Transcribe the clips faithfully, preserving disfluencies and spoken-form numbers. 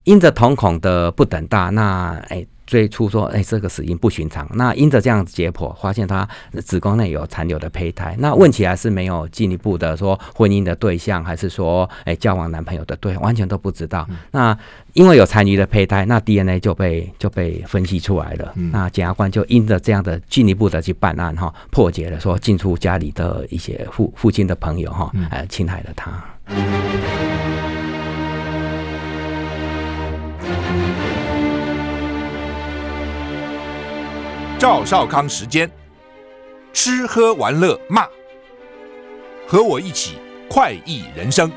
因着瞳孔的不等大，那哎。最初说，哎，这个死因不寻常。那因着这样解剖，发现他子宫内有残留的胚胎。那问起来是没有进一步的说婚姻的对象，还是说，哎，交往男朋友的对象，完全都不知道。嗯、那因为有残余的胚胎，那 D N A 就被就被分析出来了。嗯、那检察官就因着这样的进一步的去办案哈，破解了说进出家里的一些父父亲的朋友哈，呃，侵害了他。 赵少康时间，吃喝玩乐骂，和我一起快意人生。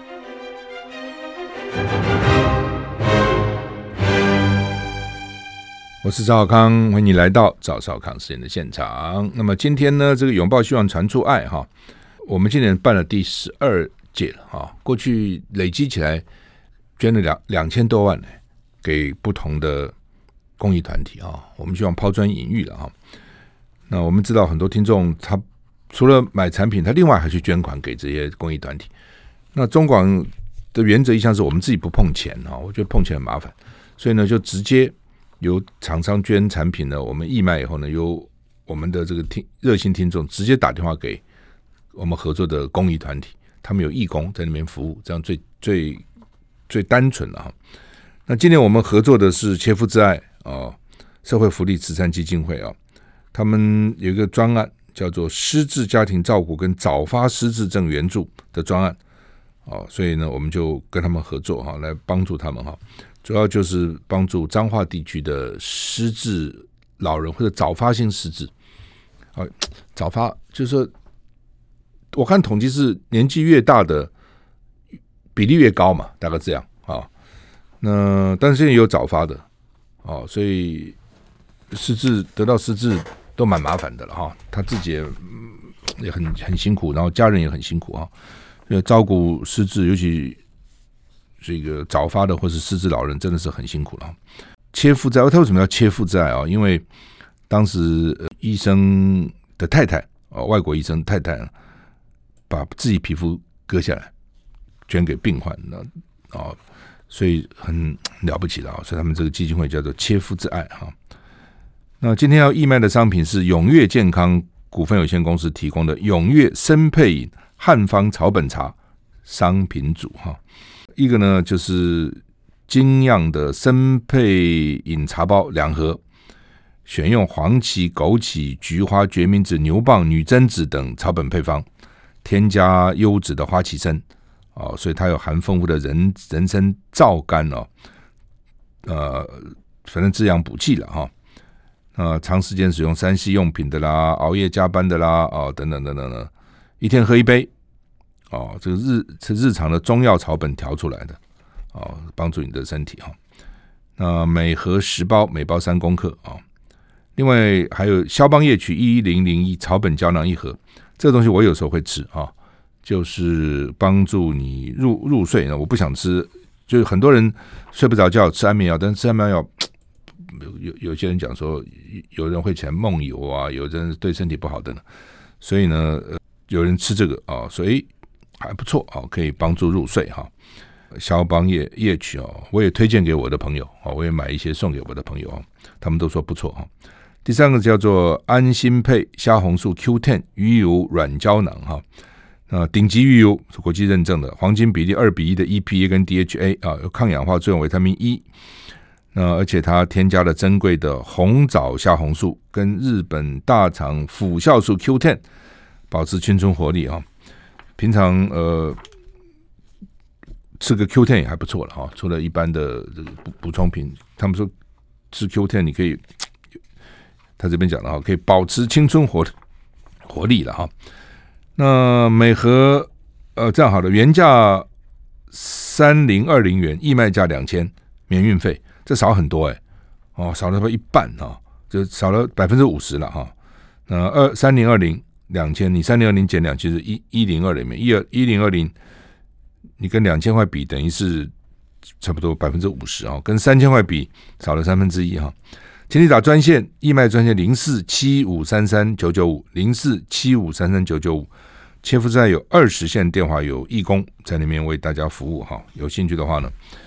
我是赵少康，欢迎你来到赵少康时间的现场。那么今天呢，这个拥抱希望传出爱哈，我们今年办了第十二届了哈，过去累积起来捐了两两千多万呢，给不同的公益团体啊，我们希望抛砖引玉了哈。那我们知道很多听众他除了买产品，他另外还去捐款给这些公益团体。那中广的原则一向是我们自己不碰钱哈，我觉得碰钱很麻烦，所以呢就直接由厂商捐产品呢，我们义卖以后呢，由我们的这个听热心听众直接打电话给我们合作的公益团体，他们有义工在那边服务，这样最最最单纯了哈。那今年我们合作的是切肤之爱啊，社会福利慈善基金会啊，他们有一个专案叫做失智家庭照顾跟早发失智症援助的专案啊，所以呢，我们就跟他们合作哈，来帮助他们哈，主要就是帮助彰化地区的失智老人或者早发性失智啊，早发就是说，我看统计是年纪越大的比例越高嘛，大概这样啊。那但是现在也有早发的哦，所以失智得到失智都蛮麻烦的了哈，他自己 也, 也很很辛苦，然后家人也很辛苦啊，照顾失智，尤其这个早发的或是失智老人真的是很辛苦了。切肤之爱，他为什么要切肤之爱啊？因为当时、呃、医生的太太、哦、外国医生太太把自己皮肤割下来捐给病患哦，所以很了不起的啊！所以他们这个基金会叫做切肤之爱哈。那今天要义卖的商品是永越健康股份有限公司提供的永越生配饮汉方草本茶商品组哈。一个呢就是精酿的生配饮茶包两盒，选用黄芪、枸杞、菊花、决明子、牛蒡、女贞子等草本配方，添加优质的花旗参。哦，所以它有含丰富的人人参皂苷哦，呃，反正滋养补气了哈。呃，长时间使用三 C 用品的啦，熬夜加班的啦，哦，等等等等的，一天喝一杯，哦，这个日是日常的中药草本调出来的，哦，帮助你的身体哈。那每盒十包，每包三公克啊、哦。另外还有肖邦夜曲一一零零一草本胶囊一盒，这个东西我有时候会吃啊。哦，就是帮助你入入睡呢，我不想吃，就是很多人睡不着觉吃安眠药，但是吃安眠药有有些人讲说，有人会起来梦游啊，有人对身体不好的呢，所以呢，呃、有人吃这个啊，所以还不错啊，可以帮助入睡哈。肖邦夜夜曲哦，我也推荐给我的朋友啊，我也买一些送给我的朋友啊，他们都说不错哈。第三个叫做安心配虾红素 Q 十 鱼油软胶囊哈。呃，顶级鱼油是国际认证的，黄金比例二比一的 E P A 跟 D H A 啊，有抗氧化作用维他命 E， 那而且它添加了珍贵的红枣虾红素跟日本大肠辅酵素 Q 十， 保持青春活力啊。平常呃吃个 Q 十 也还不错了哈，除了一般的这个补充品，他们说吃 Q 十 你可以，他这边讲的哈，可以保持青春活活力了哈。那每盒呃这样好的原价三零二零元，义卖价两千，免运费，这少很多哎、欸，哦少了一半哈、哦，就少了百分之五十了哈。那二三零二零两千，你三零二零减两千是一一零二零元，一二一零二零，你跟两千块比，等于是差不多百分之五十啊，跟三千块比少了三分之一哈。请你打专线，义卖专线零四七五三三九九五零四七五三三九九五。切肤之爱有二十线电话，有义工在那边为大家服务哈。有兴趣的话呢，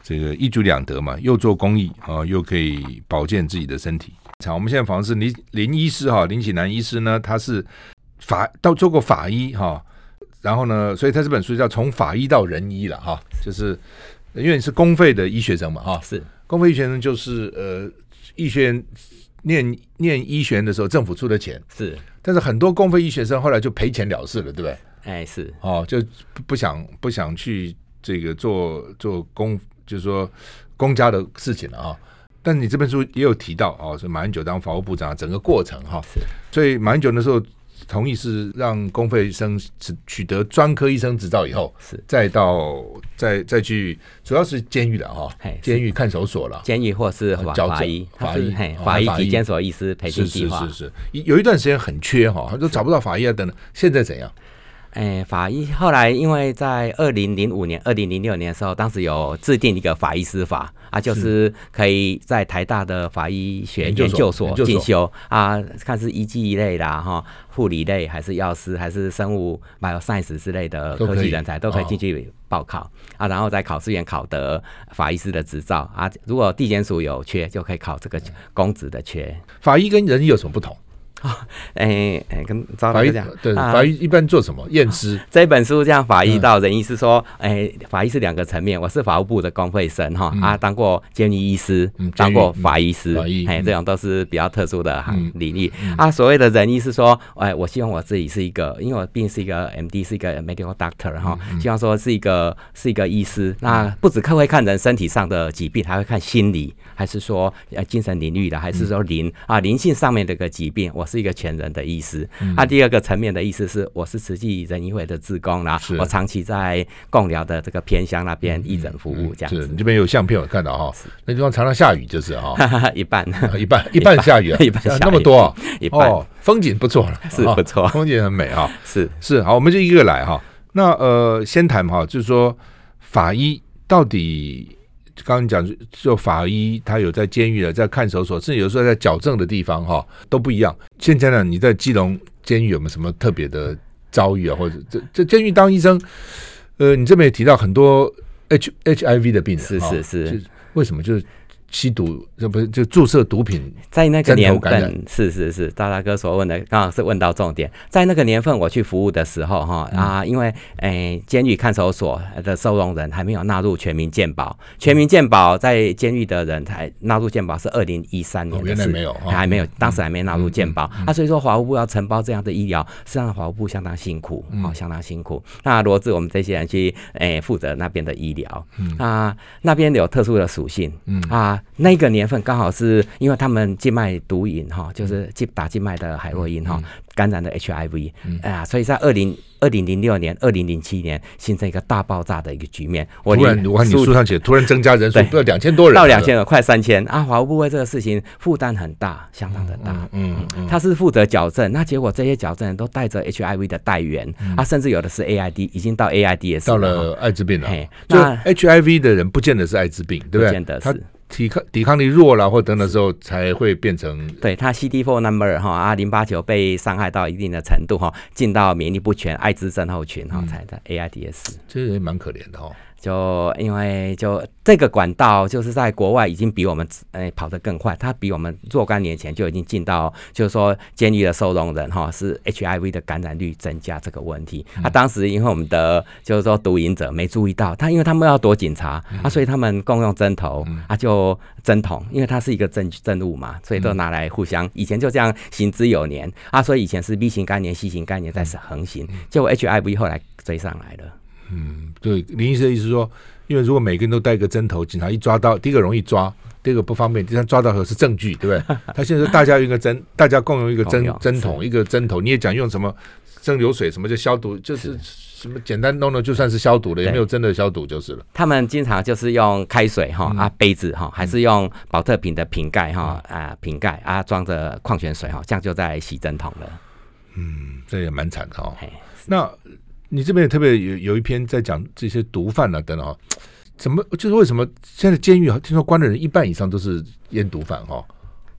这个一举两得嘛，又做公益啊，又可以保健自己的身体。好，我们现在访问是林林医师哈，林启南医师呢，他是法到做过法医哈，然后呢，所以他这本书叫《从法医到人医》了哈，就是因为你是公费的医学生嘛哈， 是公费医学生就是呃，医学院念念医学院的时候，政府出的钱是， 但是很多公费医学生后来就赔钱了事了，对不对？ 哎是哦，就不想不想去这个做做公，就是说公家的事情了啊。但你这本书也有提到哦，是马英九当法务部长整个过程哈，所以马英九那时候同意是让公费医生取得专科医生执照以后， 是再到再再去，主要是监狱的哈，监狱看守所了， 监狱或是法法医， 法医法医及监所医师培训计划， 是是是是，有一段时间很缺哈，都找不到法医啊等等，现在怎样？ 哎，法医后来因为在二零零五年、二零零六年的时候，当时有制定一个法医师法啊，就是可以在台大的法医学研究所进修啊，看是医技类啦、哈护理类，还是药师，还是生物 bioscience 之类的科技人才都可以进去报考、哦、啊，然后在考试院考得法医师的执照啊。如果地检署有缺，就可以考这个公职的缺。 法医跟人医有什么不同？ 哎、哦、哎、欸，跟赵法医这样， 对、啊、法医一般做什么？验尸。 这本书这样，法医到人医是说，哎、欸，法医是两个层面。我是法务部的公费生哈、嗯，啊，当过监狱医师，嗯、当过法医师，哎、嗯，这种都是比较特殊的行领域、嗯嗯。啊，所谓的人医是说，哎，我希望我自己是一个，因为我毕竟是一个 M D， 是一个 medical doctor 哈、嗯，希望说是一个是一个医师。那不只会看人身体上的疾病，还会看心理，还是说呃精神领域的，还是说灵、嗯、啊灵性上面的一个疾病，我是一个全人的医师。嗯、啊，第二个层面的意思是，我是慈济人医会的志工啦，我长期在贡寮的这个偏乡那边义诊服务，这样子。 是你这边有相片我看到哈，那地方常常下雨，就是哈， 一半一半一半下雨啊， 一半下雨那么多、啊， 一半、 哦，风景不错了， 是不错， 风景很美哈， 是是好，我们就一个来哈。那呃，先谈哈，就是说法医到底。刚刚讲，就法医他有在监狱的，在看守所，甚至有时候在矫正的地方哈都不一样。现在呢，你在基隆监狱有没有什么特别的遭遇啊？或者这这监狱当医生，呃，你这边也提到很多 H H I V 的病人， 是是是， 为什么就是吸毒，这不是就注射毒品？ 在那个年份，是是是，大大哥所问的刚好是问到重点。在那个年份我去服务的时候，哈、嗯、啊，因为诶监狱看守所的收容人还没有纳入全民健保，全民健保在监狱的人才纳入健保是二零一三年的事， 哦、原来没有，哦、 还没有，当时还没纳入健保、 嗯嗯嗯、 啊，所以说法务部要承包这样的医疗，实际上法务部相当辛苦，哦、嗯，相当辛苦。那罗致我们这些人去诶负责那边的医疗，嗯啊，那边有特殊的属性，嗯啊。那个年份刚好是因为他们静脉毒瘾哈，就是打静脉的海洛因哈，感染的 H I V 啊，所以在二零二零零六年、二零零七年形成一个大爆炸的一个局面。我突然，我看你书上写，突然增加人数到两千多人， 到两千人，快三千啊！法务部为这个事情负担很大，相当的大。嗯嗯嗯，他是负责矫正，那结果这些矫正人都带着 H I V 的带源，啊，甚至有的是 A I D， 已经到 A I D S 到了艾滋病了。那 H I V 的人不见得是艾滋病，对不对？ 不见得是。 抵抗抵抗力弱了或等的时候才会变成， 对它 C D 四 number 哈啊淋巴球被伤害到一定的程度哈，进到免疫不全艾滋症候群哈，才在 A I D S， 这也蛮可怜的哈。 就因为就这个管道就是在国外已经比我们呃跑得更快，它比我们若干年前就已经进到，就是说监狱的收容人哈是 H I V 的感染率增加这个问题。嗯、啊，当时因为我们的就是说毒瘾者没注意到，他因为他们要躲警察、嗯、啊，所以他们共用针头、嗯、啊，就针筒，因为它是一个证证物嘛，所以都拿来互相，以前就这样行之有年啊，所以以前是 B 型肝炎、C 型肝炎在横行，结果 H I V 后来追上来了。 嗯，对，林医师的意思是说，因为如果每个人都带一个针头，警察一抓到，第一个容易抓，第二个不方便，第三抓到后是证据，对不对？他现在说大家用一个针，大家共用一个针针筒，一个针头，你也讲用什么蒸馏水，什么就消毒，就是什么简单弄弄就算是消毒了，也没有真的消毒就是了。 他们经常就是用开水哈、嗯、啊杯子哈，还是用保特瓶的瓶盖哈、嗯、啊瓶盖啊装着矿泉水哈，这样就在洗针筒了。 嗯，这也蛮惨的哈。那你这边也特别有有一篇在讲这些毒贩啊等等哈，怎么就是为什么现在监狱听说关的人一半以上都是烟毒贩哈？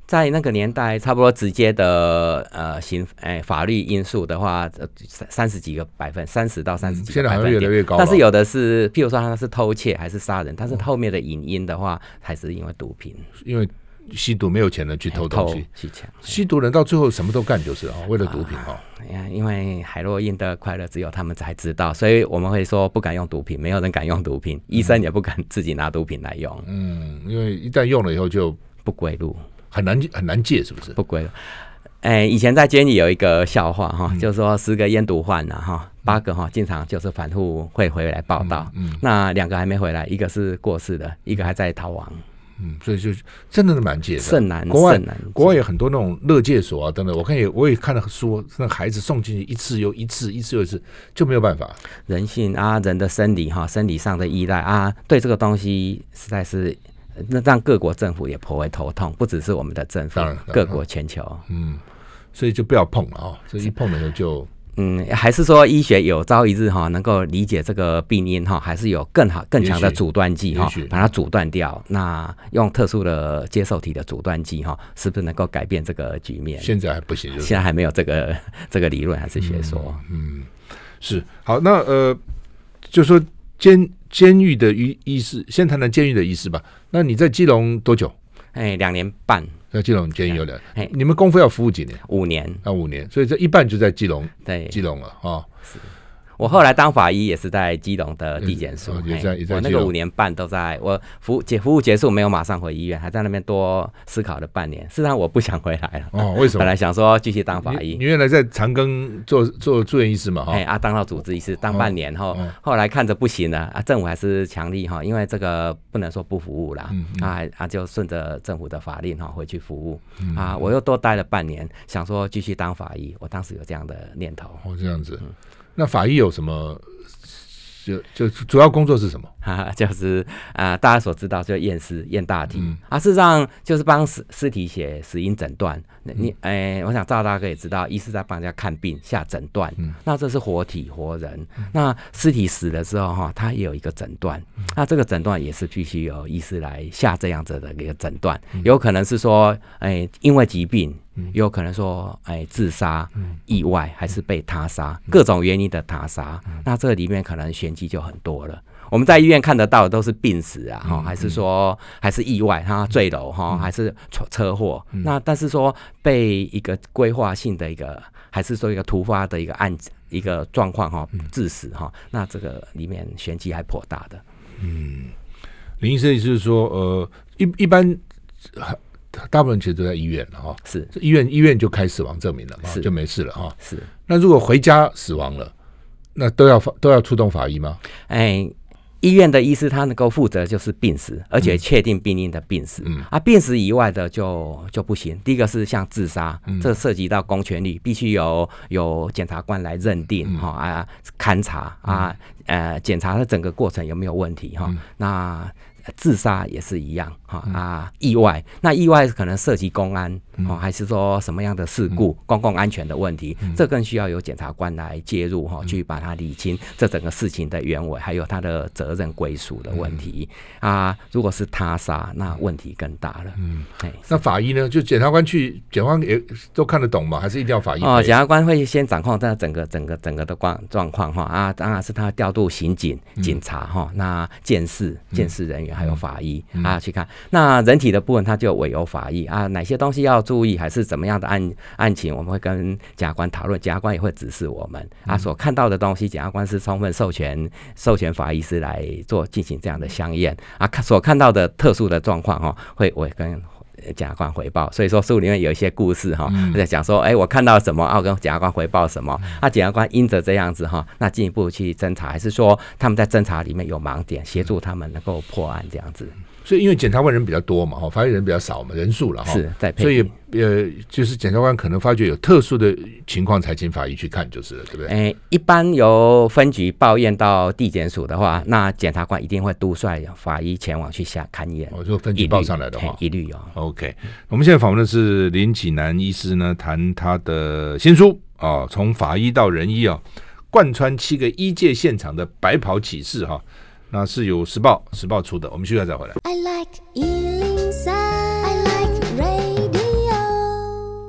在那个年代，差不多直接的呃刑哎法律因素的话，三十几个百分，三十到三十几个百分点、嗯、现在好像越来越高。但是有的是，譬如说他是偷窃还是杀人，但是后面的引因的话，还是因为毒品， 因为吸毒没有钱了去偷东西， 去抢吸毒人到最后什么都干，就是啊，为了毒品啊。 因为海洛因的快乐只有他们才知道，所以我们会说不敢用毒品，没有人敢用毒品，医生也不敢自己拿毒品来用。 嗯，因为一旦用了以后就不归路， 很难很难戒，是不是？ 不归路。哎，以前在监狱有一个笑话哈，嗯、就是说十个烟毒犯呐哈，八个哈经常就是反复会回来报道，嗯嗯、那两个还没回来，一个是过世的，一个还在逃亡。 嗯，所以就真的是蛮戒的， 甚难。 国外甚难国外有很多那种乐戒所啊等等，我看也我也看了书，那孩子送进去一次又一次，一次又一次，就没有办法。 人性啊，人的生理哈，生理上的依赖啊，对这个东西实在是那让各国政府也颇为头痛，不只是我们的政府，各国全球。 嗯，所以就不要碰了啊，这一碰了就。 嗯，还是说医学有朝一日哈能够理解这个病因哈，还是有更好更强的阻断剂哈，把它阻断掉。那用特殊的接受体的阻断剂哈，是不是能够改变这个局面？ 现在还不行，就是， 现在还没有这个这个理论还是学说。 嗯，嗯是好。那呃，就说监监狱的医师，先谈谈监狱的医师吧。那你在基隆多久？ 哎，两年半。 在基隆监狱有两，你们公费要服务几年？ 五年啊，五年，所以这一半就在基隆， 对， 基隆了啊。哦我后来当法医也是在基隆的地检署， 也在也在我那个五年半都在我服务结服务结束没有马上回医院，还在那边多思考了半年。事实上我不想回来了。 哦，为什么？ 本来想说继续当法医。 你, 你原来在长庚做做住院医师嘛？哈， 哎啊，当到主治医师当半年后，哦哦、后来看着不行了啊，政府还是强力哈，因为这个不能说不服务啦，嗯嗯、啊啊就顺着政府的法令哈回去服务、嗯、啊，我又多待了半年，想说继续当法医，我当时有这样的念头。 哦，这样子。嗯、那法医有什么？就就主要工作是什么？ 啊、就是啊、呃，大家所知道就验尸、验大体、嗯、啊，事实上就是帮尸尸体写死因诊断。你哎、嗯，我想赵大哥也知道，医师在帮人家看病下诊断、嗯，那这是活体活人。嗯、那尸体死了之后哈，他也有一个诊断、嗯，那这个诊断也是必须由医师来下这样子的一个诊断、嗯，有可能是说哎因为疾病。有可能说，哎，自杀、意外还是被他杀，各种原因的他杀，那这里面可能玄机就很多了。我们在医院看得到的都是病死啊，嗯、还是说还是意外，他坠楼哈、嗯，还是车祸、嗯？那但是说被一个规划性的一个，还是说一个突发的一个案一个状况哈致死哈，那这个里面玄机还颇大的。嗯， 林医生就是说，呃，一一般。大部分其实都在医院了哈， 是医院医院就开死亡证明了嘛，就没事了哈。 是， 那如果回家死亡了，那都要都要出动法医吗？ 哎，医院的医师他能够负责就是病死，而且确定病因的病死。嗯、啊，病死以外的就就不行。第一个是像自杀，嗯、这涉及到公权力，必须由有检察官来认定哈、嗯、啊，勘查啊，呃，检查的整个过程有没有问题哈、嗯。那自杀也是一样哈啊，意外那意外可能涉及公安哦，还是说什么样的事故、嗯、公共安全的问题，嗯、这更需要由检察官来介入哈、嗯，去把它理清这整个事情的原委，还有他的责任归属的问题、嗯、啊。如果是他杀，那问题更大了。嗯， 那法医呢？就检察官去，检察官也都看得懂吗？还是一定要法医？ 哦，检察官会先掌控这整个整个整个的状况哈啊，当然是他调度刑警、嗯、警察哈，那鉴识鉴识人员。还有法医、嗯、啊，去看那人体的部分，它就委由法医啊，哪些东西要注意，还是怎么样的案案情，我们会跟检察官讨论，检察官也会指示我们啊，所看到的东西，检察官是充分授权授权法医师来做进行这样的相验啊，所看到的特殊的状况哈，会我跟检察官回报，所以说书里面有一些故事哈，在讲说，哎，我看到什么，啊，我跟检察官回报什么，啊，检察官因着这样子哈，那进一步去侦查，还是说他们在侦查里面有盲点，协助他们能够破案这样子。 所以因为检察官人比较多嘛，法院人比较少嘛，人数了哈， 是在配所以呃，就是检察官可能发觉有特殊的情况才请法医去看，就是了，对不对？ 哎，一般由分局报验到地检署的话，那检察官一定会督率法医前往去下勘验。 哦，就分局报上来的话， 一律有。 OK， 我们现在访问的是林启南医师呢，谈他的新书啊，从法医到人医啊，贯穿七个医界现场的白袍启示哈。那是由时报时报出的，我们休息再回来。I like 一零三 I like radio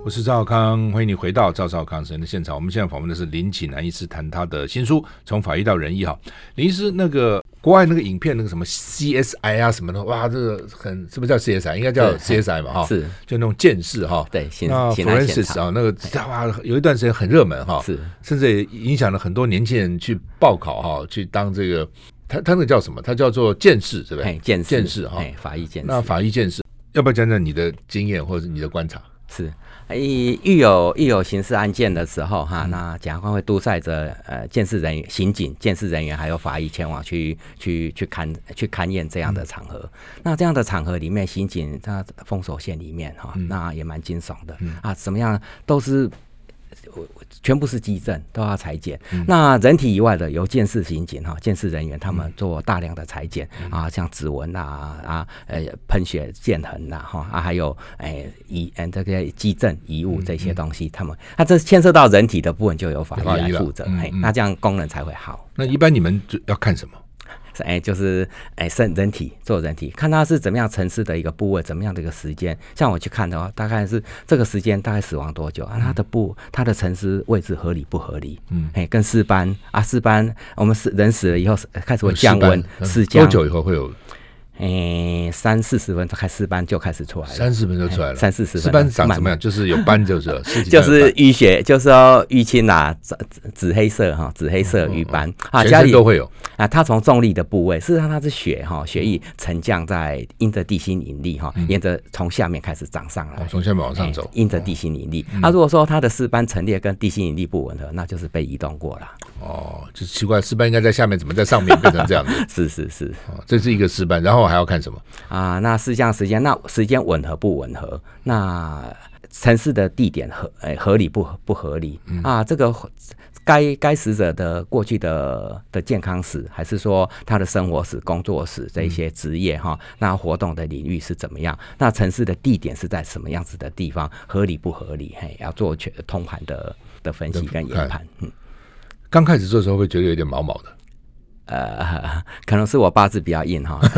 我是赵少康，欢迎你回到赵少康时间的现场。我们现在访问的是林启南医师，谈他的新书《从法医到人医》哈。林医师，那个国外那个影片那个什么 C S I 啊什么的，哇，这个很是不是叫 C S I？ 应该叫 C S I 嘛哈，是就那种鉴识哈。 对， 那 forensics 啊，那个哇，有一段时间很热门哈， 是， 甚至也影响了很多年轻人去报考哈，去当这个他他那个叫什么？他叫做鉴识，对不对？ 鉴识， 鉴识哈， 法医鉴识。 那法医鉴识，要不要讲讲你的经验或者是你的观察？ 是，一有一有刑事案件的时候哈，那检察官会督率着呃鉴识人员、刑警、鉴识人员还有法医前往去去去勘去勘验这样的场合。嗯、那这样的场合里面，刑警他封锁线里面哈，嗯、那也蛮惊悚的、嗯、啊，怎么样都是。全部是基证都要裁剪、嗯、那人体以外的由鉴识刑警哈鉴识人员他们做大量的裁剪、嗯、啊，像指纹啊啊呃喷血溅痕呐哈啊还有哎遗呃这个基证遗物这些东西、嗯、他们那这牵涉到人体的部分就由法医来负责、嗯嗯、那这样功能才会好。 那一般你们要看什么？ 哎，就是哎，人人体做人体，看它是怎么样沉尸的一个部位，怎么样的一个时间。像我去看的话，大概是这个时间大概死亡多久啊？它的部它的沉尸位置合理不合理？嗯，哎，跟尸斑啊，尸斑我们死人死了以后开始会降温，尸僵多久以后会有？ 诶，三四十分钟开尸斑就开始出来了， 三四分就出来了， 三四十分。 尸斑长什么样？就是有斑，就是就是淤血，就是说淤青啊，紫黑色哈，紫黑色瘀斑啊， 全身都会有啊。它从重力的部位，事实上它是血哈，血液沉降在因着地心引力哈，沿着从下面开始长上来， 从下面往上走， 因着地心引力。啊，如果说它的尸斑陈列跟地心引力不吻合，那就是被移动过了。 哦，就奇怪，尸斑应该在下面，怎么在上面变成这样子？ 是是是、 哦，这是一个尸斑，然后还要看什么啊？那事项时间，那时间吻合不吻合？那陈尸的地点合诶、欸、合理不不合理、嗯、啊？这个该该死者的过去的的健康史，还是说他的生活史、工作史这一些职业哈、嗯？那活动的领域是怎么样？那陈尸的地点是在什么样子的地方？合理不合理？嘿，要做全通盘的的分析跟研判。嗯。 刚开始做的时候会觉得有点毛毛的， 呃，可能是我八字比较硬哈。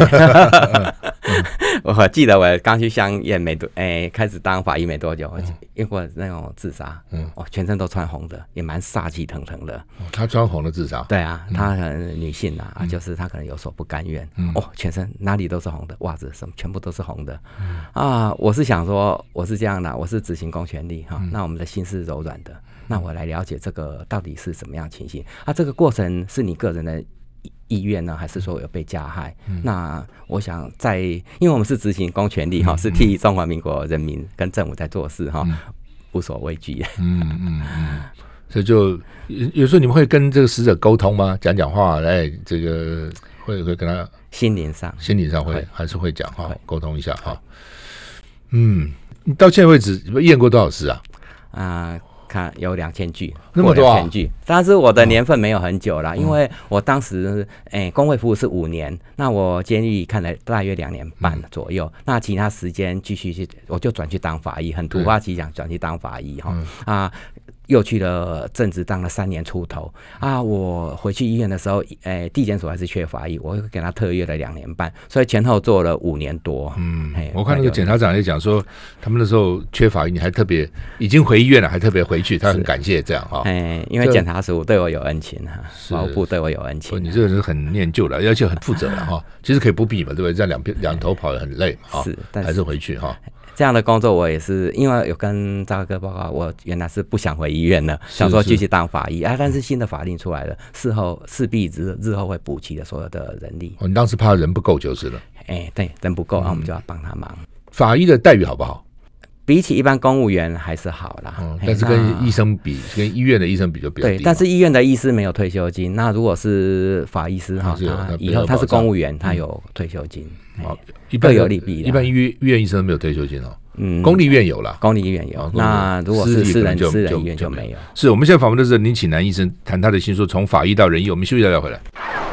我记得我刚去乡验没多，哎、欸，开始当法医没多久，我验过那种自杀，嗯，哦，全身都穿红的，也蛮煞气腾腾的。 哦、他穿红的自杀？ 对啊，她可能女性啊，嗯、就是她可能有所不甘愿，嗯、哦，全身哪里都是红的，袜子什么全部都是红的，嗯、啊，我是想说，我是这样的，我是执行公权力哈、嗯，那我们的心是柔软的。那我来了解这个到底是什么样情形啊？这个过程是你个人的意愿呢，还是说有被加害？嗯、那我想在，因为我们是执行公权力哈、嗯，是替中华民国人民跟政府在做事哈、嗯，无所畏惧。 嗯嗯嗯，所以就有时候你们会跟这个死者沟通吗？讲讲话，哎，这个会会跟他心灵上心灵上会, 会还是会讲哈，沟通一下哈。嗯，你到现在为止验过多少尸啊？ 啊、呃。看有两千具， 那么多啊！ 两千具，但是我的年份没有很久啦，嗯、因为我当时诶公卫服务是五年，那我监狱看了大约两年半左右，嗯、那其他时间继续去，我就转去当法医，很突发奇想转去当法医哈、嗯、啊。又去了正职，当了三年出头啊！我回去医院的时候，诶，地检署还是缺法医，我给他特约了两年半，所以前后做了五年多。嗯， 我看那个检察长也讲说，他们那时候缺法医，你还特别已经回医院了，还特别回去，他很感谢这样哈。 哎，因为检察署对我有恩情哈，法务部对我有恩情。 你这个人很念旧了，而且很负责了哈。其实可以不必嘛，对不对？这样两边两头跑得很累嘛，是，但是还是回去哈。 这样的工作我也是，因为有跟赵哥报告，我原来是不想回医院的，想说继续当法医啊。但是新的法令出来了，事后势必日日后会补齐的所有的人力。 哦，你当时怕人不够就是了。 哎、欸，对，人不够，那、嗯啊、我们就要帮他忙。 法医的待遇好不好？ 比起一般公务员还是好啦， 嗯、但是跟医生比，跟医院的医生比就比较低。 对，但是医院的医师没有退休金。那如果是法医师哈，他以后他是公务员，他有退休金。好、嗯， 一般有利弊。 一般医院医院医生没有退休金哦。嗯，公立医院有啦， 公立医院有。哦、那如果是私人私人医院就没有。 是我们现在访问的是林启南医生，谈他的新书《从法医到人医》。我们休息再聊回来。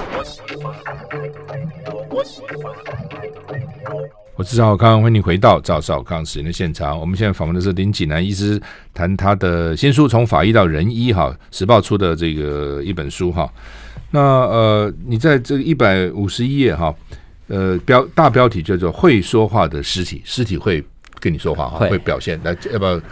我是赵少康，欢迎回到赵少康时间的现场。我们现在访问的是林启南医师，谈他的新书《从法医到人医》哈，时报出的这个一本书哈。那呃，你在这个一百五十一页哈，呃标大标题叫做“会说话的尸体”，尸体会跟你说话哈，会表现。来，要不要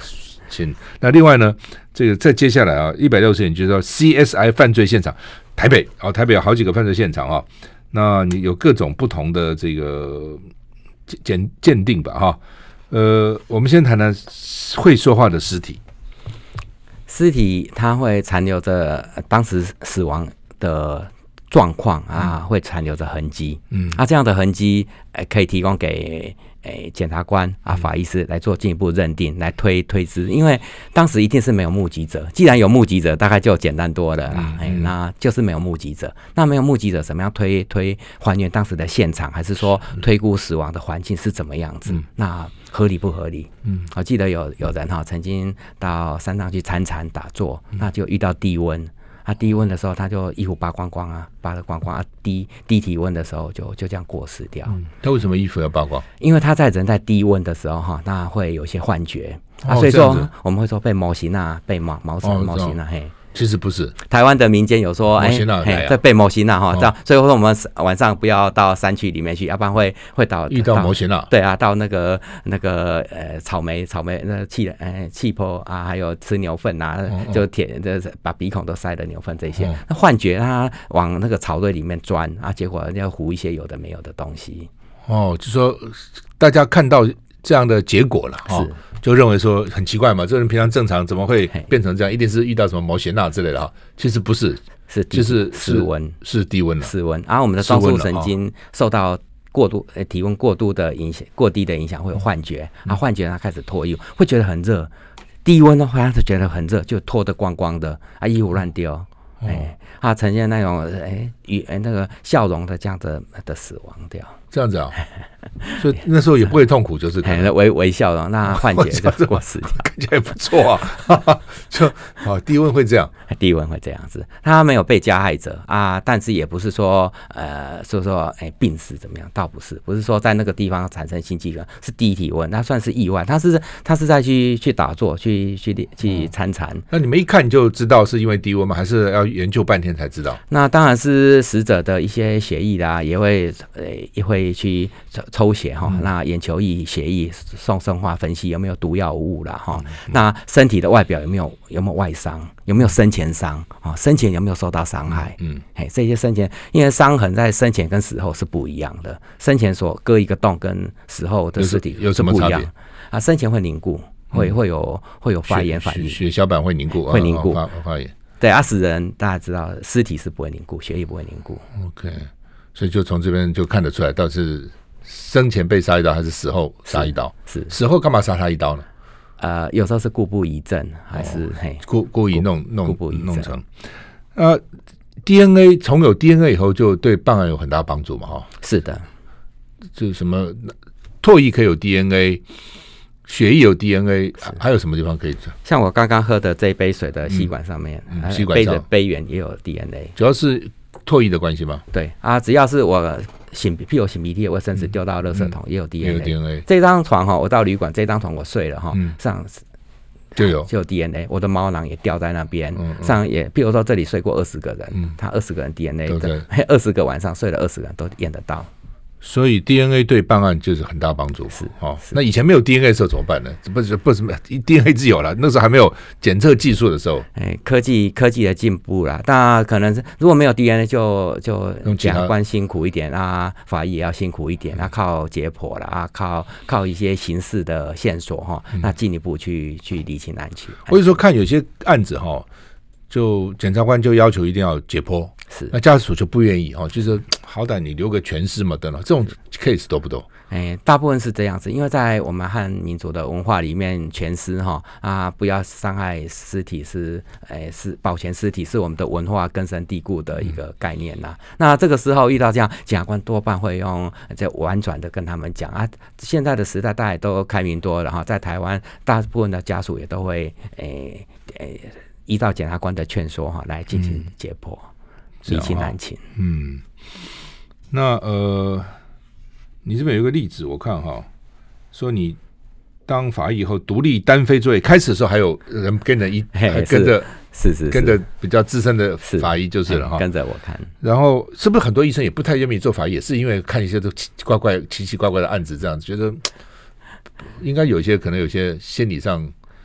请。那另外呢，这个再接下来啊，一百六十年就是说 C S I 犯罪现场，台北啊，台北有好几个犯罪现场啊，那你有各种不同的这个鉴鉴定吧哈。呃，我们先谈谈会说话的尸体。 尸体它会残留着当时死亡的状况啊，会残留着痕迹。嗯，啊，这样的痕迹，呃，可以提供给诶检察官啊、法医师来做进一步认定，来推推知。因为当时一定是没有目击者，既然有目击者，大概就简单多了啦。哎、嗯嗯，那就是没有目击者。那没有目击者，怎么样推推还原当时的现场，还是说推估死亡的环境是怎么样子？嗯、那合理不合理？嗯，我记得有有人哈曾经到山上去参禅打坐，那就遇到低温。他、啊、低温的时候，他就衣服扒光光啊，扒得光光啊。低低体温的时候就，就就这样过世掉、嗯。 他为什么衣服要扒光？ 因为他在人在低温的时候哈，那会有一些幻觉、哦、啊，所以说我们会说被魔神啊，被毛毛神魔神啊，嘿。 其实不是， 台湾的民间有说，哎，在被魔神啊哈，这样，所以说我们晚上不要到山区里面去，要不然会会到遇到魔神啊。 对啊，到那个那个呃草莓草莓那气呃气泡啊，还有吃牛粪啊，哦哦就舔的把鼻孔都塞了牛粪这些，那、哦、幻觉他往那个草堆里面钻啊，结果要糊一些有的没有的东西。 哦，就说大家看到这样的结果了，哦。就认为说很奇怪嘛，这个人平常正常怎么会变成这样？一定是遇到什么魔神啊之类的哈。其实不是， 是就是室温， 是低温了。 室温，然后我们的中枢神经受到过度呃体温过度的影响，过低的影响会有幻觉，啊，幻觉它开始脱衣服，会觉得很热。低温的话，他就觉得很热，就脱得光光的啊，衣服乱丢，哎、欸，他呈现那种哎与、欸、那个笑容的这样子的死亡掉。 这样子啊，所以那时候也不会痛苦，就是微微笑容，那幻觉就过死掉， 看起来不错啊。哈哈就啊，低温会这样， 低温会这样子，他没有被加害者啊，但是也不是说呃，说说哎、欸、病死怎么样，倒不是，不是说在那个地方产生心肌梗，是低体温，那算是意外，他是他是在去去打坐，去去去参禅、嗯。 那你们一看就知道是因为低温吗？还是要研究半天才知道？ 那当然是死者的一些血液啦，也会呃也会。去抽血哈、嗯，那眼球液、血液送生化分析有没有毒药物啦哈、嗯嗯，那身体的外表有没有有没有外伤，有没有生前伤啊？生前有没有受到伤害？嗯，哎，这些生前，因为伤痕在生前跟死后是不一样的，生前所割一个洞跟死后的尸体有什么不一样啊？生前会凝固，会会有会有发炎反应， 血小板会凝固， 会凝固、 哦、发发炎。 对啊，死人大家知道，尸体是不会凝固，血液不会凝固。 OK。所以就从这边就看得出来，到底是生前被杀一刀还是死后杀一刀？ 是, 是死后干嘛杀他一刀呢？ 呃，有时候是故布疑阵，还是、哦、嘿故故意弄弄弄成。呃 ，D N A 从有 D N A 以后，就对办案有很大帮助嘛？哈， 是的， 就什么唾液可以有 D N A， 血液有 D N A， 还有什么地方可以？ 像我刚刚喝的这一杯水的吸管上面，嗯嗯、吸管上杯的杯缘也有 D N A， 主要是。唾液的关系吗？ 对啊，只要是我擤，譬如擤鼻涕的卫生纸丢到垃圾桶，也有 D N A。 有 D N A。 这张床哈，我到旅馆，这张床我睡了哈、嗯，上就有就有 D N A。我的毛囊也掉在那边、嗯嗯，上也譬如说这里睡过二十个人，嗯、他二十个人 D N A 的，二十个晚上睡了二十个人都验得到。 所以 D N A 对办案就是很大帮助。 是哦，是那以前没有 D N A 的时候怎么办呢？不是不是 D N A 是有了，那时候还没有检测技术的时候。 哎，科技科技的进步啦，那可能是如果没有 D N A 就就检察官辛苦一点啊，法医也要辛苦一点，啊，靠解剖啦，啊，靠靠一些刑事的线索哈，那进一步去去厘清案情。 或者说看有些案子哈，就检察官就要求一定要解剖。 是， 那家属就不愿意哦，就是好歹你留个全尸嘛，等等，这种 case 多不多？ 哎，大部分是这样子，因为在我们汉民族的文化里面，全尸哈啊，不要伤害尸体是，哎是保全尸体是我们的文化根深蒂固的一个概念呐、嗯。那这个时候遇到这样，检察官多半会用这婉转的跟他们讲啊，现在的时代大家都开明多了，然后在台湾大部分的家属也都会，哎哎依照检察官的劝说哈来进行解剖。嗯理清案情。 嗯，那呃，你这边有一个例子，我看哈，说你当法医以后独立单飞作业，开始的时候还有人跟着一，还跟着， 是是跟着比较资深的法医就是了哈， 跟着我看。 然后是不是很多医生也不太愿意做法医，也是因为看一些都奇奇怪怪、奇奇怪怪的案子，这样子觉得应该有些可能有些心理上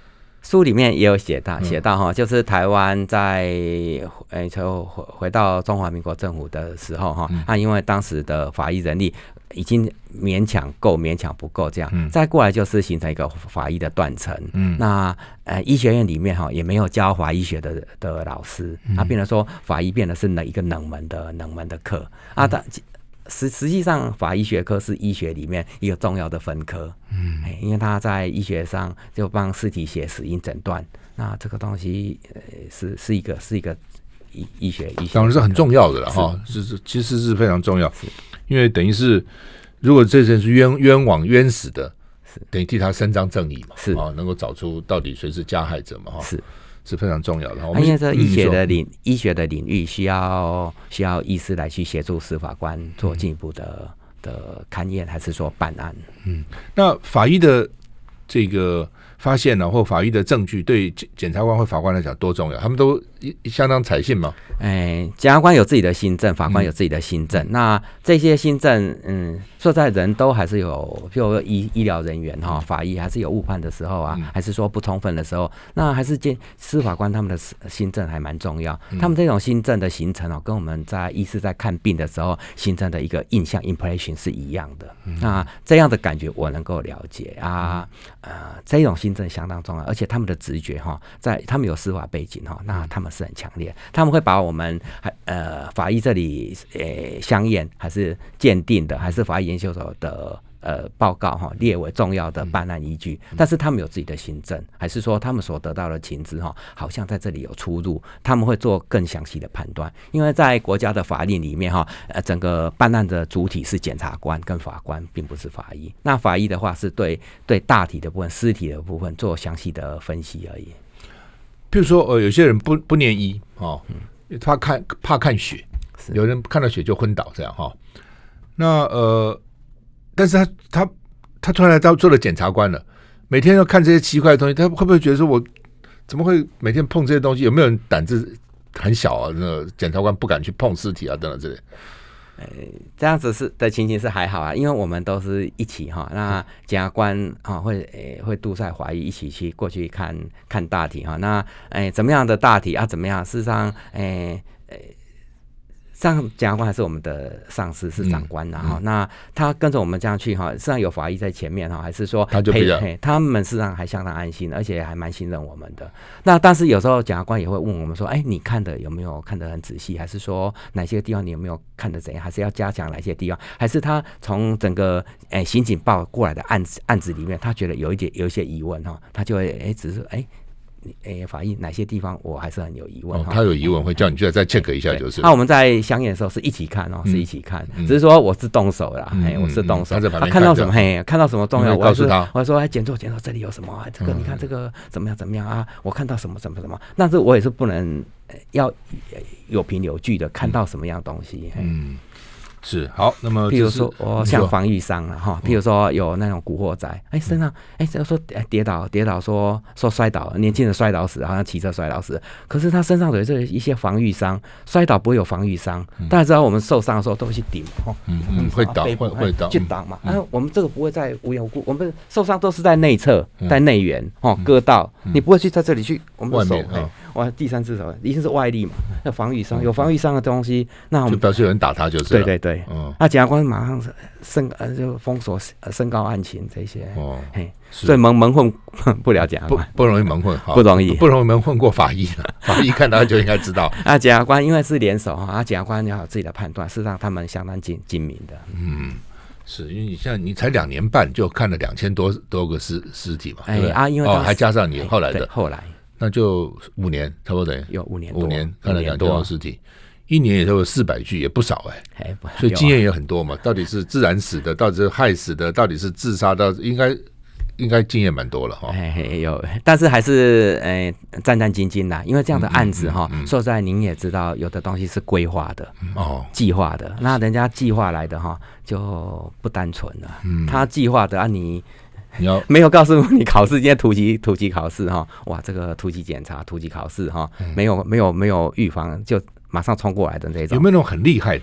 书里面也有写到，写到哈，就是台湾在诶，就回回到中华民国政府的时候哈，那、嗯、因为当时的法医人力已经勉强够，勉强不够这样，嗯、再过来就是形成一个法医的断层。嗯，那呃医学院里面哈也没有教法医学的的老师，嗯、啊，变成说法医变得是一个冷门的冷门的课啊，但。实实际上，法医学科是医学里面一个重要的分科，嗯，因为他在医学上就帮尸体写死因诊断，那这个东西呃是是一个是一个医医学医学， 当然是很重要的了哈，是是其实是非常重要，因为等于是如果这人是冤冤枉冤死的，等于替他伸张正义嘛，是啊，能够找出到底谁是加害者嘛，哈，是。是非常重要的， 因为这医学的领、嗯、医学的领域需要需要医师来去协助司法官做进一步的、嗯、的勘验，还是说办案？ 嗯，那法医的这个发现呢，或法医的证据，对检察官或法官来讲多重要？他们都相当采信吗？ 哎，检察官有自己的心证，法官有自己的心证。嗯、那这些心证，嗯，说在人都还是有，比如医医疗人员哈，法医还是有误判的时候啊，嗯、还是说不充分的时候，那还是见司法官他们的心证还蛮重要。嗯、他们这种心证的形成哦，跟我们在医师在看病的时候形成的一个印象 impression 是一样的。嗯、那这样的感觉我能够了解啊，呃，这种心证相当重要，而且他们的直觉哈，在他们有司法背景哈，那他们是很强烈，他们会把我们呃法医这里呃相验还是鉴定的，还是法医研究所的呃报告哈列为重要的办案依据，但是他们有自己的行政，还是说他们所得到的情资哈，好像在这里有出入，他们会做更详细的判断，因为在国家的法令里面哈，呃整个办案的主体是检察官跟法官，并不是法医。那法医的话是对对大体的部分、尸体的部分做详细的分析而已。 譬如说，呃，有些人不不念医哦，嗯、他看怕看血，有人看到血就昏倒这样哈、哦。那呃，但是他他他突然来到做了检察官了，每天要看这些奇怪的东西，他会不会觉得说我怎么会每天碰这些东西？有没有人胆子很小啊？那个检察官不敢去碰尸体啊，等等之类。 呃，这样子是的情形是还好啊，因为我们都是一起哈，那检察官哈会诶会督赛法医一起去过去看看大体哈，那诶怎么样的大体啊怎么样？事实上诶诶。像检察官还是我们的上司是长官，然后、嗯嗯、那他跟着我们这样去哈，实际上有法医在前面哈，还是说他就比较他们事实上还相当安心，而且还蛮信任我们的。那但是有时候检察官也会问我们说，哎，你看的有没有看得很仔细？还是说哪些地方你有没有看得怎样？还是要加强哪些地方？还是他从整个哎刑警报过来的案子案子里面，他觉得有一点有一些疑问哈，他就会哎只是哎。诶，法医哪些地方我还是很有疑问、 哦、他有疑问会叫你再 check 一下就是。 那、啊、我们在相验的时候是一起看哦，嗯、是一起看，嗯、只是说我是动手啦，嗯、我是动手。 他在旁边看到什么嘿，看到什么重要， 我告诉他， 我说哎，检错检错，这里有什么？这个你看这个怎么样怎么样啊？我看到什么什么什么，但是我也是不能要有凭有据的看到什么样东西。嗯。 是好，那么譬如说，我像防御伤了哈，譬如说有那种古惑仔，哎、欸、身上哎，就、欸、说跌倒跌倒说说摔倒，年轻人摔倒死，好像骑车摔倒死，可是他身上有这一些防御伤，摔倒不会有防御伤，嗯、大家知道我们受伤的时候都会去顶哈， 嗯嗯，会倒会会倒， 去挡嘛，嗯、啊，我们这个不会在无缘无故，我们受伤都是在内侧，在内缘哦，割到，嗯、你不会去在这里去我们的手。哇，第三只手一定是外力嘛，要防御伤，有防御伤的东西，那我们就表示有人打他就是。 对对对，嗯，那检察官马上升呃就封锁升高案情这些，哦，嘿，所以蒙蒙混不了检察官， 不不容易蒙混， 不容易， 不容易蒙混过法医了，法医看到就应该知道。 啊，检察官因为是联手哈，啊，检察官要有自己的判断，是让他们相当精精明的， 嗯。是因为你像你才两年半就看了两千多多个尸尸体嘛，哎啊，因为哦还加上你后来的后来。 那就五年，差不多等于有五年， 五年看了两千多尸体，一年也都有四百具，也不少哎、欸，所以经验也很多嘛。到底是自然死的，到底是害死的，到底是自杀的，应该应该经验蛮多了哈。 有，但是还是呃战战兢兢的，因为这样的案子哈，说实在您也知道，有的东西是规划的哦，计划的，那人家计划来的哈就不单纯了，嗯、他计划的啊你。你要没有告诉你考试，今天突击突击考试哈，哇，这个突击检查、突击考试哈，嗯、没有没有没有预防就马上冲过来的那种。 有没有那种很厉害的？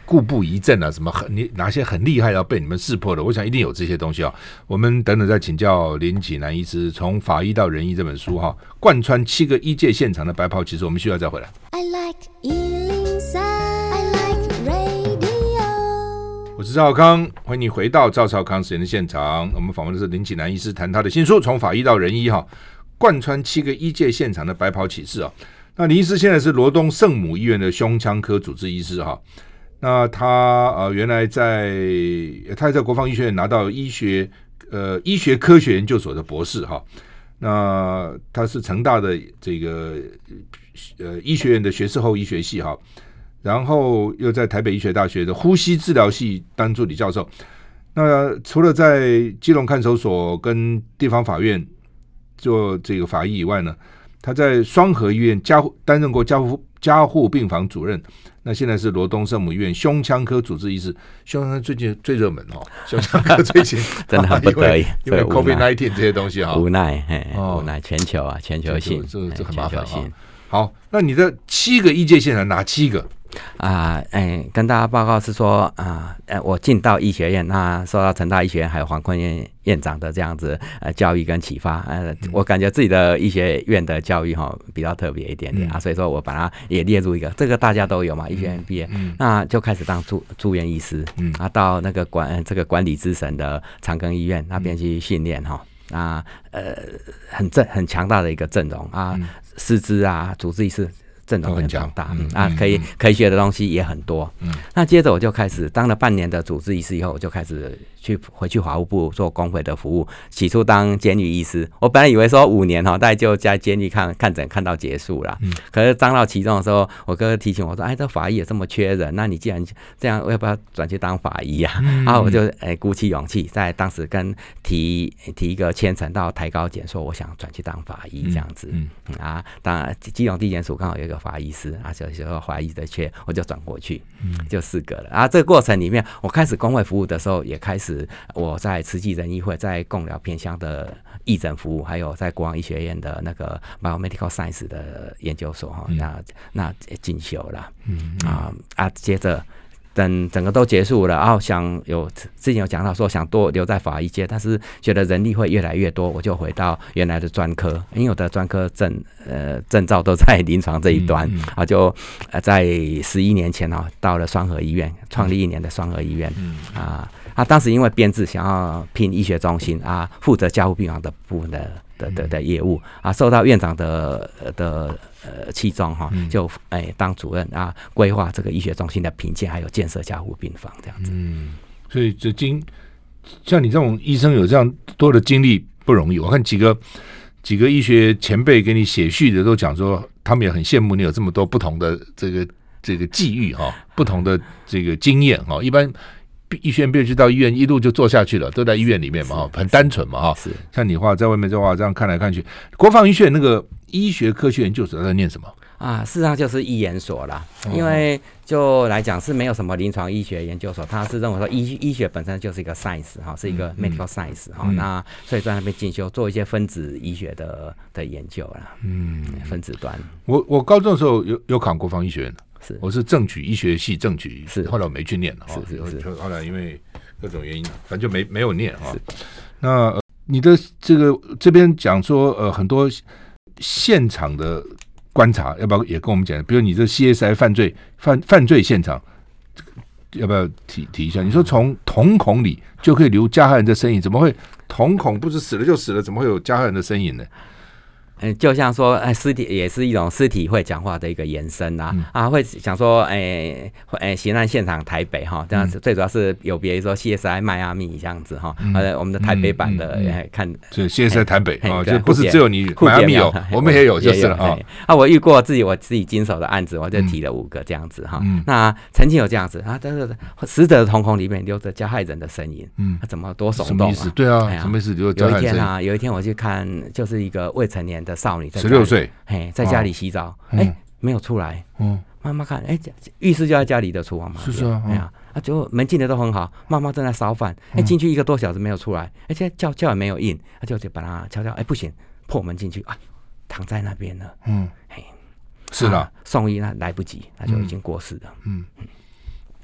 故布疑阵啊，什么很你哪些很厉害要被你们识破的，我想一定有这些东西啊。我们等等再请教林启南医师，从法医到人医这本书哈，贯穿七个医界现场的白袍骑士，我们需要再回来。I like 一零三 I like radio。我是赵少康，欢迎你回到赵少康实验的现场。我们访问的是林启南医师，谈他的新书《从法医到人医》哈，贯穿七个医界现场的白袍骑士啊。那林医师现在是罗东圣母医院的胸腔科主治医师哈。那他呃原来在他在国防医学院拿到医学呃医学科学研究所的博士哈。那他是成大的这个呃医学院的学士后医学系哈，然后又在台北医学大学的呼吸治疗系当助理教授。那除了在基隆看守所跟地方法院做这个法医以外呢，他在双和医院加担任过加护加护病房主任。那现在是罗东圣母医院胸腔科主治医师，胸腔科最近最热门哦，胸腔科最近真的很不得已， 因为 COVID 十九 这些东西哈， 无奈，嘿哦、无奈，全球啊，全球性， 这这很麻烦哈。好，那你的七个医界现场哪七个？ 啊，哎，跟大家报告是说啊，呃，我进到医学院，那受到成大医学院还有黄坤院院长的这样子呃教育跟启发，呃，嗯、我感觉自己的医学院的教育哈比较特别一点点、嗯、啊，所以说我把它也列入一个，这个大家都有嘛，医学院毕业，嗯、那就开始当住住院医师，嗯，啊，到那个管这个管理之神的长庚医院那边去训练哈。啊，呃，很正很强大的一个阵容啊，嗯、师资啊，主治医师阵容很强大，嗯、啊，可以可以学的东西也很多。嗯，那接着我就开始当了半年的主治医师以后，我就开始去回去法务部做公会的服务。起初当监狱医师，我本来以为说五年哈，大概就在监狱看看诊看到结束了。嗯，可是当到其中的时候，我哥哥提醒我说：“哎，这法医也这么缺人，那你既然这样，我要不要转去当法医啊？”嗯、然后我就哎鼓起勇气，在当时跟提提一个签呈到台高检，说我想转去当法医这样子。嗯，嗯啊，当然基隆地检署刚好有一个法医师啊，就说法医的缺，我就转过去，就四个了。啊，这个过程里面，我开始公会服务的时候，也开始我在慈济人医会在贡寮偏乡的义诊服务，还有在国王医学院的那个 biomedical science 的研究所哈，那那进修了。嗯啊啊，接着。等整个都结束了，然后想有之前有讲到说想多留在法医界，但是觉得人力会越来越多，我就回到原来的专科，因为我的专科证呃证照都在临床这一端，嗯嗯、啊就呃在十一年前啊到了双和医院，创立一年的双和医院，嗯、啊啊当时因为编制想要聘医学中心啊，负责加护病房的部分的。的的的业务啊，受到院长的的呃器重哈，就哎当主任啊，规划这个医学中心的评鉴，还有建设加护病房这样子。嗯， 所以这经像你这种医生有这样多的经历不容易。我看几个几个医学前辈给你写序的都讲说，他们也很羡慕你有这么多不同的这个这个际遇哈，不同的这个经验哈。一般医学院毕业就到医院一路就做下去了，都在医院里面嘛，很单纯嘛哈。像你话在外面这话这样看来看去，国防医学院那个医学科学研究所在念什么啊？事实上就是医研所啦，因为就来讲是没有什么临床医学研究所，他是认为说医医学本身就是一个 science 哈，是一个 medical science 哈、嗯，那所以在那边进修做一些分子医学的的研究啦，嗯，分子端。我我高中的时候有有考国防医学院的。是我是正取医学系正取，是后来我没去念了，是是是，后来因为各种原因，反正就没没有念啊。那、呃、你的这个这边讲说，呃，很多现场的观察，要不要也跟我们讲？比如你这 C S I 犯罪犯犯罪现场，要不要提提一下？你说从瞳孔里就可以留加害人的身影，怎么会瞳孔不是死了就死了，怎么会有加害人的身影呢？ 嗯，就像说，哎，尸体也是一种尸体会讲话的一个延伸啊，嗯、啊，会想说，哎，哎，刑案现场台北哈，这样子、嗯、最主要是有别于说 C S I 迈阿密这样子哈，呃、嗯，我们的台北版的、嗯嗯、看， 是 C S I 台北啊，就不是只有你迈阿密有，我们也有就是了啊。 啊，我遇过自己我自己经手的案子，我就提了五个这样子哈。嗯、那曾经有这样子啊，但是死者的瞳孔里面留着加害人的身影，嗯，怎么多耸动啊？什么意思？ 对啊，什么意思？留加害人身影。 有一天啊，有一天我去看，就是一个未成年的少女， 十六岁， 嘿，在家里洗澡，哎、哦欸，没有出来，嗯，妈妈看，哎、欸，浴室就在家里的厨房嘛， 是是啊，哎呀、嗯，啊，结果门进的都很好，妈妈正在烧饭，哎、欸，进去一个多小时没有出来，而且叫叫也没有应，他就就把他敲敲，哎、欸，不行，破门进去啊，躺在那边了，嗯，嘿， 是的、 啊，送医那来不及，他就已经过世了，嗯。 嗯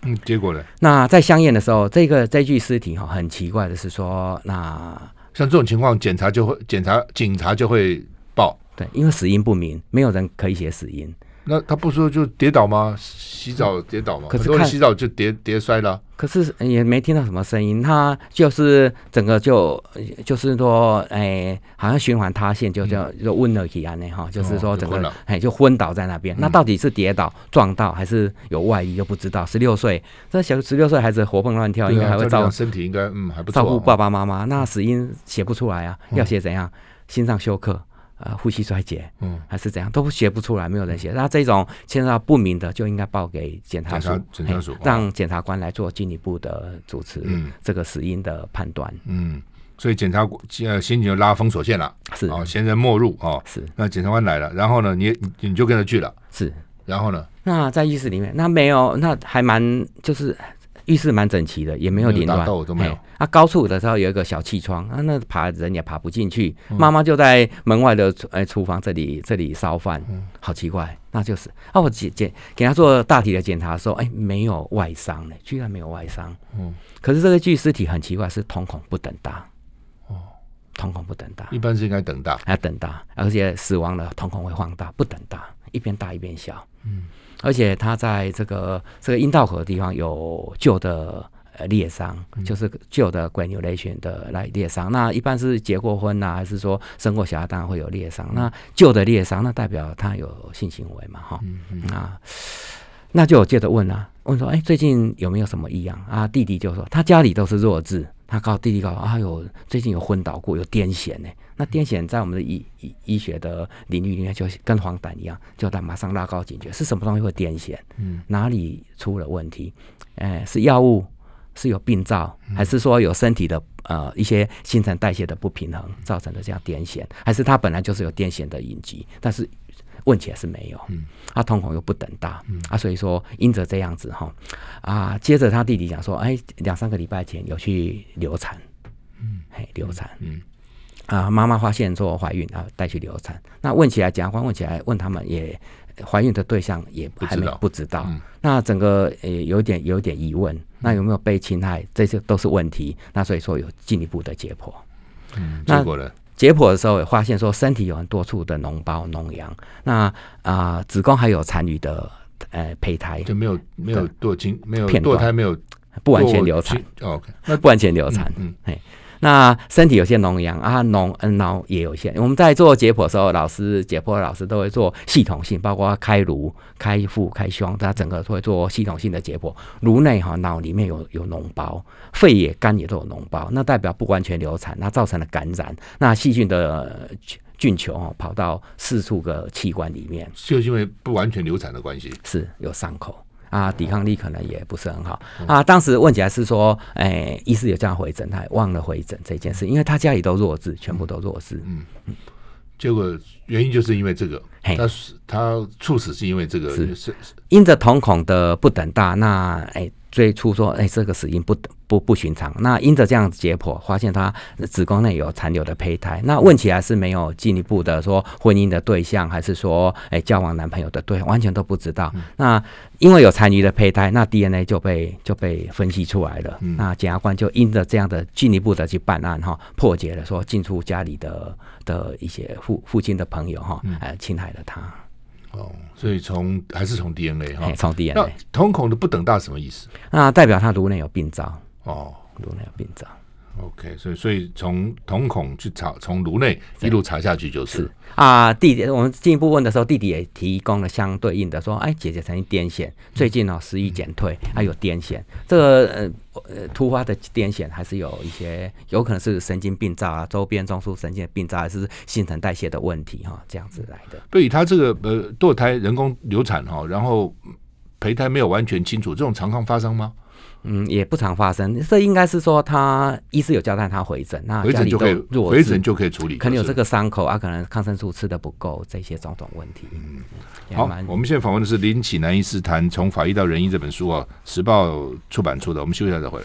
嗯，结果呢？ 那在相验的时候，这个这具尸体哈，很奇怪的是说，那像这种情况，检查就会检查警察就会报， 对，因为死因不明，没有人可以写死因。 那他不说就跌倒吗？洗澡跌倒吗？ 可是很多人洗澡就跌跌摔了。 可是也没听到什么声音，他就是整个就就是说，哎，好像循环塌陷，就叫就昏了起来呢哈，就是说整个哎就昏倒在那边。那到底是跌倒撞到还是有外力就不知道。十六岁，这小十六岁孩子活蹦乱跳，应该还会照身体应该嗯还不错， 照顾爸爸妈妈。那死因写不出来啊，要写怎样？心脏休克。呃，呼吸衰竭，嗯，还是怎样，都写不出来，没有人写。那这种牵涉到不明的，就应该报给检察署， 检察署让检察官来做进一步的主持这个死因的判断。 嗯，所以检察呃刑警就拉封锁线了， 是哦，闲人莫入哦， 是。那检察官来了，然后呢，你你就跟着去了， 是。 然后呢， 那在浴室里面，那没有，那还蛮就是。浴室蛮整齐的，也没有凌乱， 都没有。 啊，高处的时候有一个小气窗，啊，那爬人也爬不进去。嗯、妈妈就在门外的呃厨房这里这里烧饭，嗯、好奇怪。那就是啊，我检检给他做大体的检查的时候，哎，没有外伤呢，居然没有外伤。嗯，可是这个具尸体很奇怪，是瞳孔不等大。哦，瞳孔不等大， 一般是应该等大， 还要等大，而且死亡了瞳孔会放大，不等大，一边大一边小。嗯。而且他在这个这个阴道口的地方有旧的呃裂伤，嗯、就是旧的 granulation 的来裂伤。那一般是结过婚呐、啊，还是说生过小孩，当然会有裂伤。嗯、那旧的裂伤，那代表他有性行为嘛，哈、嗯嗯。那那就有接着问啊，问说，哎、欸，最近有没有什么异样啊？弟弟就说他家里都是弱智。他告弟弟告啊，有最近有昏倒过，有癫痫呢。那癫痫在我们的医医医学的领域里面，就跟黄疸一样，就他马上拉高警觉，是什么东西会癫痫？嗯，哪里出了问题？哎，是药物，是有病灶，还是说有身体的呃一些新陈代谢的不平衡造成的这样癫痫？还是他本来就是有癫痫的隐疾，但是问起来是没有，嗯，他瞳孔又不等大，嗯啊，所以说因着这样子哈，啊，接着他弟弟讲说，哎，两三个礼拜前有去流产，嗯，嘿，流产，嗯，啊，妈妈发现说怀孕啊，带去流产，那问起来，检察官问起来，问他们也怀孕的对象也还没不知道，嗯、那整个呃有点有点疑问，那有没有被侵害，这些都是问题，那所以说有进一步的解剖， 嗯，结果呢？ 解剖的时候也发现说身体有很多处的脓包脓疡，那啊、呃、子宫还有残余的呃胚胎， 就没有没有堕精没有堕胎没有不完全流产， 哦 okay、 那不完全流产，嗯，嗯那身体有些脓疡啊，脓脑也有一些。我们在做解剖的时候，老师解剖的老师都会做系统性，包括开颅、开腹、开胸，他整个都会做系统性的解剖。颅内哈脑里面有有脓包，肺也肝也都有脓包，那代表不完全流产，那造成了感染，那细菌的菌球哦跑到四处个器官里面， 就是因为不完全流产的关系， 是有伤口。啊，抵抗力可能也不是很好啊。当时问起来是说，哎、欸，医师有这样回诊，他忘了回诊这件事，因为他家里都弱智，全部都弱智。嗯嗯， 结果原因就是因为这个，他他猝死是因为这个， 是是因着瞳孔的不等大，那哎。欸最初说，哎、欸，这个死因不不不寻常。那因着这样解剖，发现他子宫内有残留的胚胎。那问起来是没有进一步的说婚姻的对象，还是说，哎、欸，交往男朋友的对象，完全都不知道。嗯、那因为有残余的胚胎，那 D N A 就被就被分析出来了。嗯、那检察官就因着这样的进一步的去办案哈，破解了说进出家里的的一些父父亲的朋友哈，呃，侵害了他。 哦，所以从还是从 D N A 哈， 从 D N A。 那瞳孔的不等大什么意思？ 那代表他颅内有病灶哦， 颅内有病灶。 OK， 所以所以从瞳孔去查，从颅内一路查下去就是是啊。弟弟，我们进一步问的时候，弟弟也提供了相对应的说，哎，姐姐曾经癫痫，最近哦食欲减退，还、嗯啊、有癫痫，这个呃突发的癫痫还是有一些，有可能是神经病灶啊，周边中枢神经的病灶，还是新陈代谢的问题哈、哦，这样子来的。 对于他这个呃堕胎人工流产哈，然后胚胎没有完全清楚，这种常况发生吗？ 嗯，也不常发生。这应该是说他医师有交代他回诊，那回诊就可以回诊就可以处理， 可能有这个伤口啊，可能抗生素吃的不够，这些种种问题。嗯， 好，我们现在访问的是林启南医师谈《从法医到人医》这本书啊，时报出版出的。我们休息一下再回来。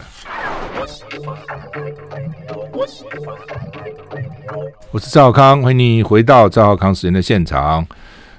我是赵少康，欢迎你回到赵少康时间的现场。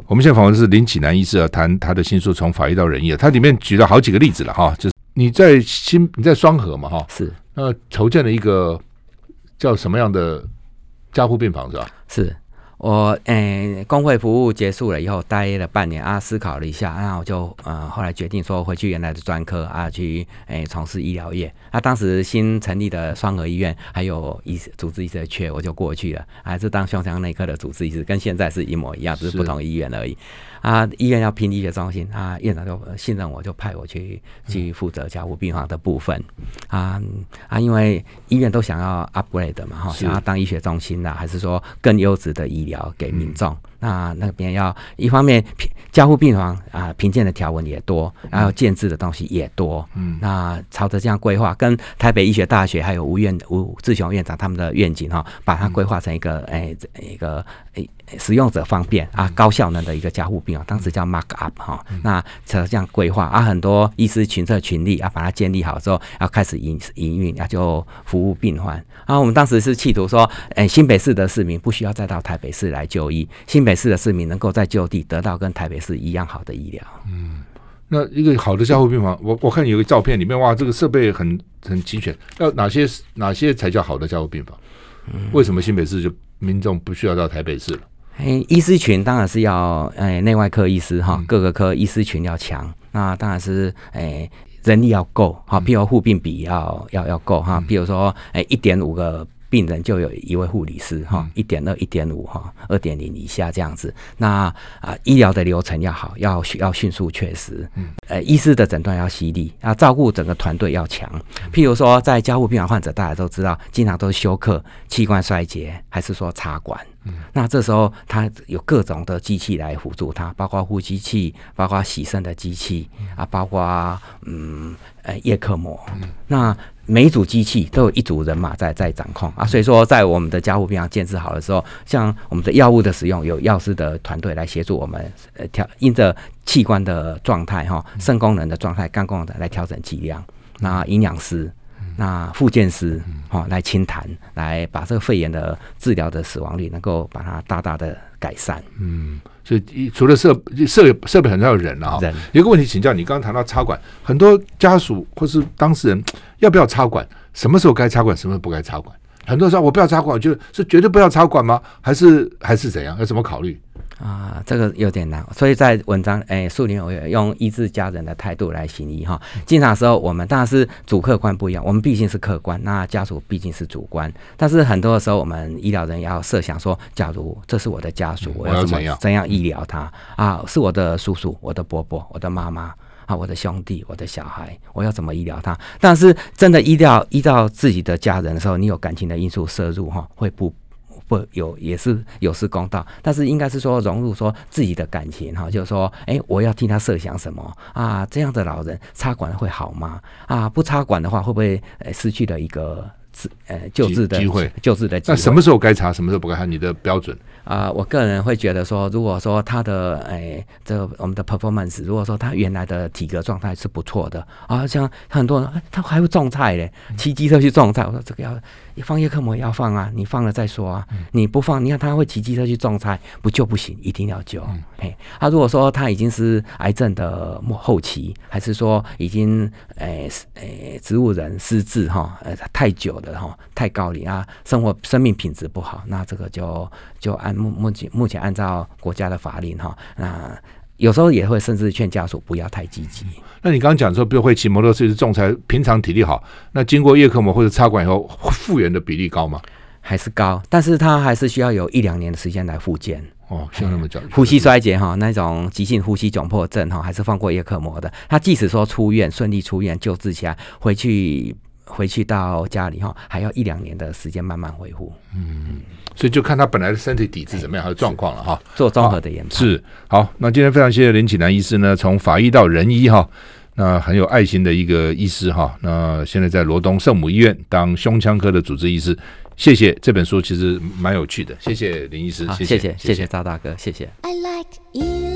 我们现在访问的是林启南医师啊，谈他的新书《从法医到仁医》，他里面举了好几个例子了哈，就是你在新你在双和嘛哈， 是那筹建了一个叫什么样的加护病房是吧？ 是。我诶，工会服务结束了以后，待了半年啊，思考了一下，那我就呃后来决定说回去原来的专科啊，去诶从事医疗业。啊，当时新成立的双和医院还有医主治医师的缺，我就过去了，还是当胸腔内科的主治医师，跟现在是一模一样，只是不同医院而已。啊，医院要拼医学中心，啊，院长就信任我，就派我去去负责加护病房的部分。啊啊，因为医院都想要 upgrade 嘛，哈，想要当医学中心啦，还是说更优质的医疗给民众。嗯，那那边要一方面加护病房啊，评鉴的条文也多，然后建制的东西也多。嗯，那朝着这样规划，跟台北医学大学还有吴院吴志雄院长他们的愿景哈，把它规划成一个诶、欸、一个诶。使用者方便啊，高效能的一个加护病房，当时叫 Mark Up 哈、嗯，那这样规划啊，很多医师群策群力啊，把它建立好之后，要开始营营运，啊，就服务病患。啊，我们当时是企图说，哎、欸，新北市的市民不需要再到台北市来就医，新北市的市民能够在就地得到跟台北市一样好的医疗。 嗯，那一个好的加护病房，我我看有个照片里面，哇，这个设备很很齐全，要哪些哪些才叫好的加护病房？嗯、为什么新北市就民众不需要到台北市了？ 欸、医师群当然是要，诶、内外科医师哈，各个科医师群要强，那当然是诶、人力要够哈，譬如护病比要要要够哈，譬如说诶一点五个病人就有一位护理师哈，一点二、一点五哈，二点零以下这样子。那啊，医疗的流程要好，要要迅速确实。嗯，呃，医师的诊断要犀利，啊，照顾整个团队要强。譬如说，在加护病房患者，大家都知道，经常都是休克、器官衰竭，还是说插管。嗯，那这时候他有各种的机器来辅助他，包括呼吸器，包括洗肾的机器啊，包括嗯呃叶克膜。嗯，那每一组机器都有一组人马在在掌控啊，所以说在我们的加护病房建制好的时候，像我们的药物的使用，有药师的团队来协助我们，呃，调因着器官的状态哈，肾功能的状态、肝功能的来调整剂量。那营养师、那复健师哈、哦、来清谈，来把这个肺炎的治疗的死亡率能够把它大大的改善。 嗯。所以除了设设设备很重要的人了哈，有一个问题请教你，刚刚谈到插管，很多家属或是当事人要不要插管？什么时候该插管，什么时候不该插管？很多人说我不要插管，我觉得是绝对不要插管吗？还是还是怎样？要怎么考虑？ 啊，这个有点难，所以在文章诶书里面我有用医治家人的态度来行医哈。经常时候我们当然是主客观不一样，我们毕竟是客观，那家属毕竟是主观。但是很多的时候，我们医疗人要设想说，假如这是我的家属，我要怎么怎样医疗他啊？是我的叔叔、我的伯伯、我的妈妈啊，我的兄弟、我的小孩，我要怎么医疗他？但是真的医疗医到自己的家人的时候，你有感情的因素摄入哈，会不。不有也是有失公道，但是应该是说融入说自己的感情哈，就是说，哎、欸，我要替他设想什么啊？这样的老人插管会好吗？啊，不插管的话，会不会呃失去了一个呃救治的机会？救治的机会？ 那什么时候该插，什么时候不该插？你的标准？ 啊、呃，我个人会觉得说，如果说他的诶，这个我们的 performance， 如果说他原来的体格状态是不错的啊，像很多人他还会种菜嘞，骑机车去种菜，我说这个要放叶克膜也要放啊，你放了再说啊，嗯、你不放，你看他会骑机车去种菜，不救不行，一定要救。嗯、嘿，他、啊、如果说他已经是癌症的后期，还是说已经诶诶植物人失智哈，呃太久的哈，太高龄啊，生活生命品质不好，那这个就就按目目前目前按照国家的法令哈，那有时候也会甚至劝家属不要太积极。 那你刚刚讲说，比如会骑摩托车、种菜，平常体力好，那经过叶克膜或者插管以后，复原的比例高吗？ 还是高，但是他还是需要有一两年的时间来复健。 哦，像那么讲， 呼吸衰竭哈，那种急性呼吸窘迫症哈，还是放过叶克膜的。他即使说出院顺利出院救治起来，回去回去到家里哈，还要一两年的时间慢慢恢复。嗯。 所以就看他本来的身体底质怎么样，还有状况了哈。 做综合的研判是好。那今天非常谢谢林启南医师呢，从法医到人医哈，那很有爱心的一个医师哈。那现在在罗东圣母医院当胸腔科的主治医师。谢谢，这本书其实蛮有趣的。谢谢林医师，谢谢谢谢谢谢赵大哥，谢谢。I like